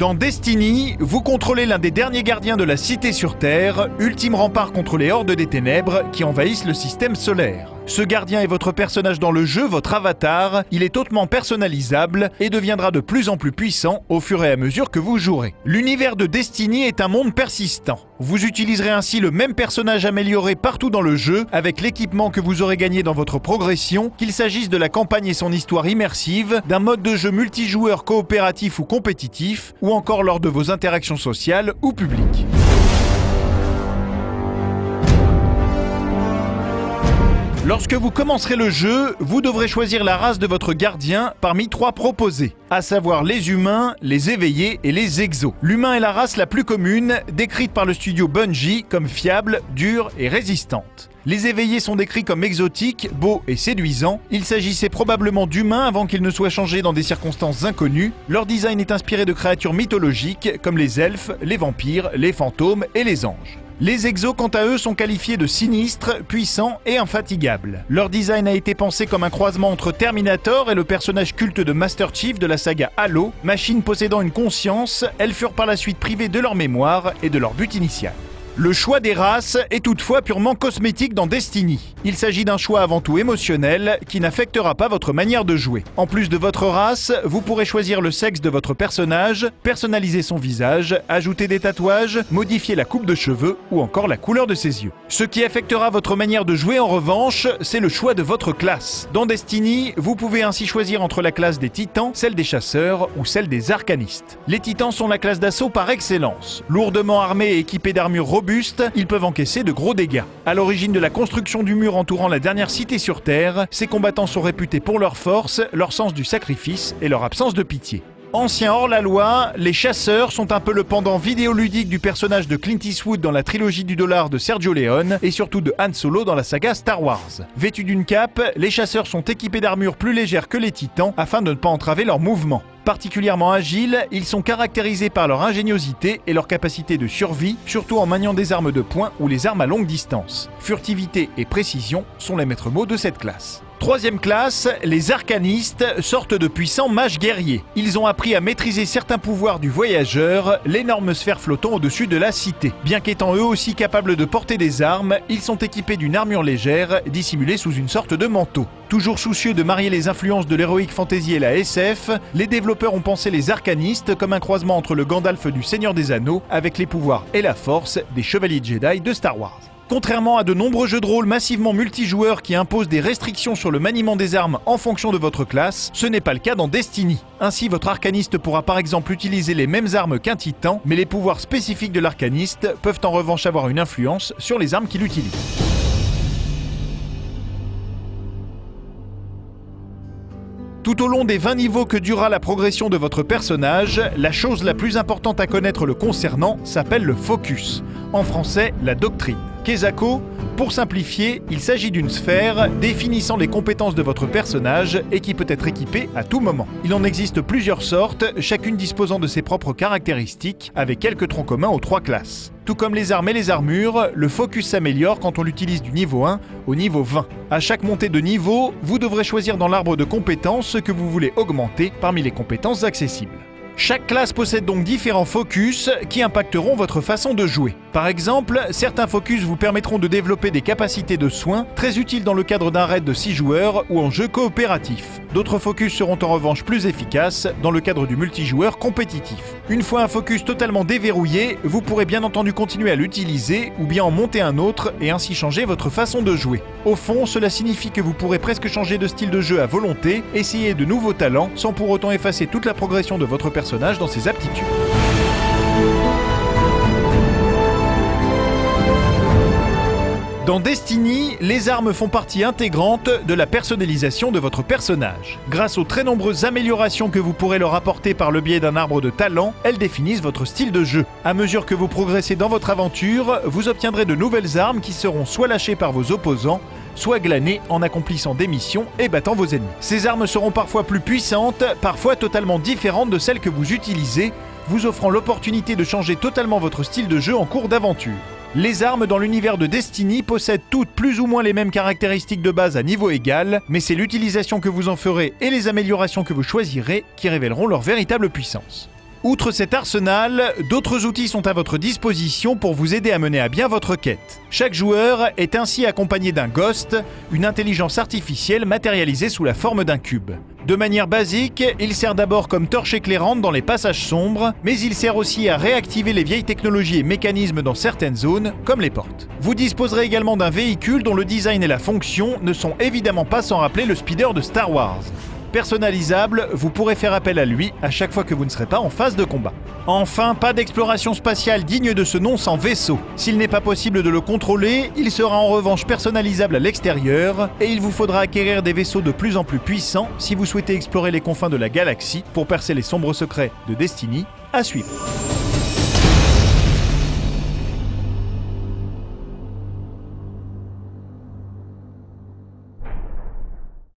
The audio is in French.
Dans Destiny, vous contrôlez l'un des derniers gardiens de la Cité sur Terre, ultime rempart contre les hordes des ténèbres qui envahissent le système solaire. Ce gardien est votre personnage dans le jeu, votre avatar. Il est hautement personnalisable et deviendra de plus en plus puissant au fur et à mesure que vous jouerez. L'univers de Destiny est un monde persistant. Vous utiliserez ainsi le même personnage amélioré partout dans le jeu, avec l'équipement que vous aurez gagné dans votre progression, qu'il s'agisse de la campagne et son histoire immersive, d'un mode de jeu multijoueur coopératif ou compétitif, ou encore lors de vos interactions sociales ou publiques. Lorsque vous commencerez le jeu, vous devrez choisir la race de votre gardien parmi 3 proposés, à savoir les humains, les éveillés et les exos. L'humain est la race la plus commune, décrite par le studio Bungie comme fiable, dure et résistante. Les éveillés sont décrits comme exotiques, beaux et séduisants. Il s'agissait probablement d'humains avant qu'ils ne soient changés dans des circonstances inconnues. Leur design est inspiré de créatures mythologiques comme les elfes, les vampires, les fantômes et les anges. Les exos, quant à eux, sont qualifiés de sinistres, puissants et infatigables. Leur design a été pensé comme un croisement entre Terminator et le personnage culte de Master Chief de la saga Halo. Machines possédant une conscience, elles furent par la suite privées de leur mémoire et de leur but initial. Le choix des races est toutefois purement cosmétique dans Destiny. Il s'agit d'un choix avant tout émotionnel qui n'affectera pas votre manière de jouer. En plus de votre race, vous pourrez choisir le sexe de votre personnage, personnaliser son visage, ajouter des tatouages, modifier la coupe de cheveux ou encore la couleur de ses yeux. Ce qui affectera votre manière de jouer en revanche, c'est le choix de votre classe. Dans Destiny, vous pouvez ainsi choisir entre la classe des titans, celle des chasseurs ou celle des arcanistes. Les titans sont la classe d'assaut par excellence. Lourdement armés et équipés d'armures robustes, ils peuvent encaisser de gros dégâts. À l'origine de la construction du mur entourant la dernière cité sur Terre, ces combattants sont réputés pour leur force, leur sens du sacrifice et leur absence de pitié. Anciens hors-la-loi, les chasseurs sont un peu le pendant vidéoludique du personnage de Clint Eastwood dans la trilogie du dollar de Sergio Leone et surtout de Han Solo dans la saga Star Wars. Vêtus d'une cape, les chasseurs sont équipés d'armures plus légères que les titans afin de ne pas entraver leurs mouvements. Particulièrement agiles, ils sont caractérisés par leur ingéniosité et leur capacité de survie, surtout en maniant des armes de poing ou les armes à longue distance. Furtivité et précision sont les maîtres mots de cette classe. Troisième classe, les arcanistes, sortent de puissants mages guerriers. Ils ont appris à maîtriser certains pouvoirs du voyageur, l'énorme sphère flottant au-dessus de la cité. Bien qu'étant eux aussi capables de porter des armes, ils sont équipés d'une armure légère, dissimulée sous une sorte de manteau. Toujours soucieux de marier les influences de l'heroic fantasy et la SF, les développeurs ont pensé les arcanistes comme un croisement entre le Gandalf du Seigneur des Anneaux avec les pouvoirs et la force des Chevaliers Jedi de Star Wars. Contrairement à de nombreux jeux de rôle massivement multijoueurs qui imposent des restrictions sur le maniement des armes en fonction de votre classe, ce n'est pas le cas dans Destiny. Ainsi, votre arcaniste pourra par exemple utiliser les mêmes armes qu'un titan, mais les pouvoirs spécifiques de l'arcaniste peuvent en revanche avoir une influence sur les armes qu'il utilise. Tout au long des 20 niveaux que durera la progression de votre personnage, la chose la plus importante à connaître le concernant s'appelle le focus. En français, la doctrine. Kezako, pour simplifier, il s'agit d'une sphère définissant les compétences de votre personnage et qui peut être équipée à tout moment. Il en existe plusieurs sortes, chacune disposant de ses propres caractéristiques, avec quelques troncs communs aux 3 classes. Tout comme les armes et les armures, le focus s'améliore quand on l'utilise du niveau 1 au niveau 20. À chaque montée de niveau, vous devrez choisir dans l'arbre de compétences ce que vous voulez augmenter parmi les compétences accessibles. Chaque classe possède donc différents focus qui impacteront votre façon de jouer. Par exemple, certains focus vous permettront de développer des capacités de soins très utiles dans le cadre d'un raid de 6 joueurs ou en jeu coopératif. D'autres focus seront en revanche plus efficaces dans le cadre du multijoueur compétitif. Une fois un focus totalement déverrouillé, vous pourrez bien entendu continuer à l'utiliser ou bien en monter un autre et ainsi changer votre façon de jouer. Au fond, cela signifie que vous pourrez presque changer de style de jeu à volonté, essayer de nouveaux talents sans pour autant effacer toute la progression de votre personnage dans ses aptitudes. Dans Destiny, les armes font partie intégrante de la personnalisation de votre personnage. Grâce aux très nombreuses améliorations que vous pourrez leur apporter par le biais d'un arbre de talent, elles définissent votre style de jeu. À mesure que vous progressez dans votre aventure, vous obtiendrez de nouvelles armes qui seront soit lâchées par vos opposants, soit glanées en accomplissant des missions et battant vos ennemis. Ces armes seront parfois plus puissantes, parfois totalement différentes de celles que vous utilisez, vous offrant l'opportunité de changer totalement votre style de jeu en cours d'aventure. Les armes dans l'univers de Destiny possèdent toutes plus ou moins les mêmes caractéristiques de base à niveau égal, mais c'est l'utilisation que vous en ferez et les améliorations que vous choisirez qui révéleront leur véritable puissance. Outre cet arsenal, d'autres outils sont à votre disposition pour vous aider à mener à bien votre quête. Chaque joueur est ainsi accompagné d'un Ghost, une intelligence artificielle matérialisée sous la forme d'un cube. De manière basique, il sert d'abord comme torche éclairante dans les passages sombres, mais il sert aussi à réactiver les vieilles technologies et mécanismes dans certaines zones, comme les portes. Vous disposerez également d'un véhicule dont le design et la fonction ne sont évidemment pas sans rappeler le speeder de Star Wars. Personnalisable, vous pourrez faire appel à lui à chaque fois que vous ne serez pas en phase de combat. Enfin, pas d'exploration spatiale digne de ce nom sans vaisseau. S'il n'est pas possible de le contrôler, il sera en revanche personnalisable à l'extérieur et il vous faudra acquérir des vaisseaux de plus en plus puissants si vous souhaitez explorer les confins de la galaxie pour percer les sombres secrets de Destiny. À suivre.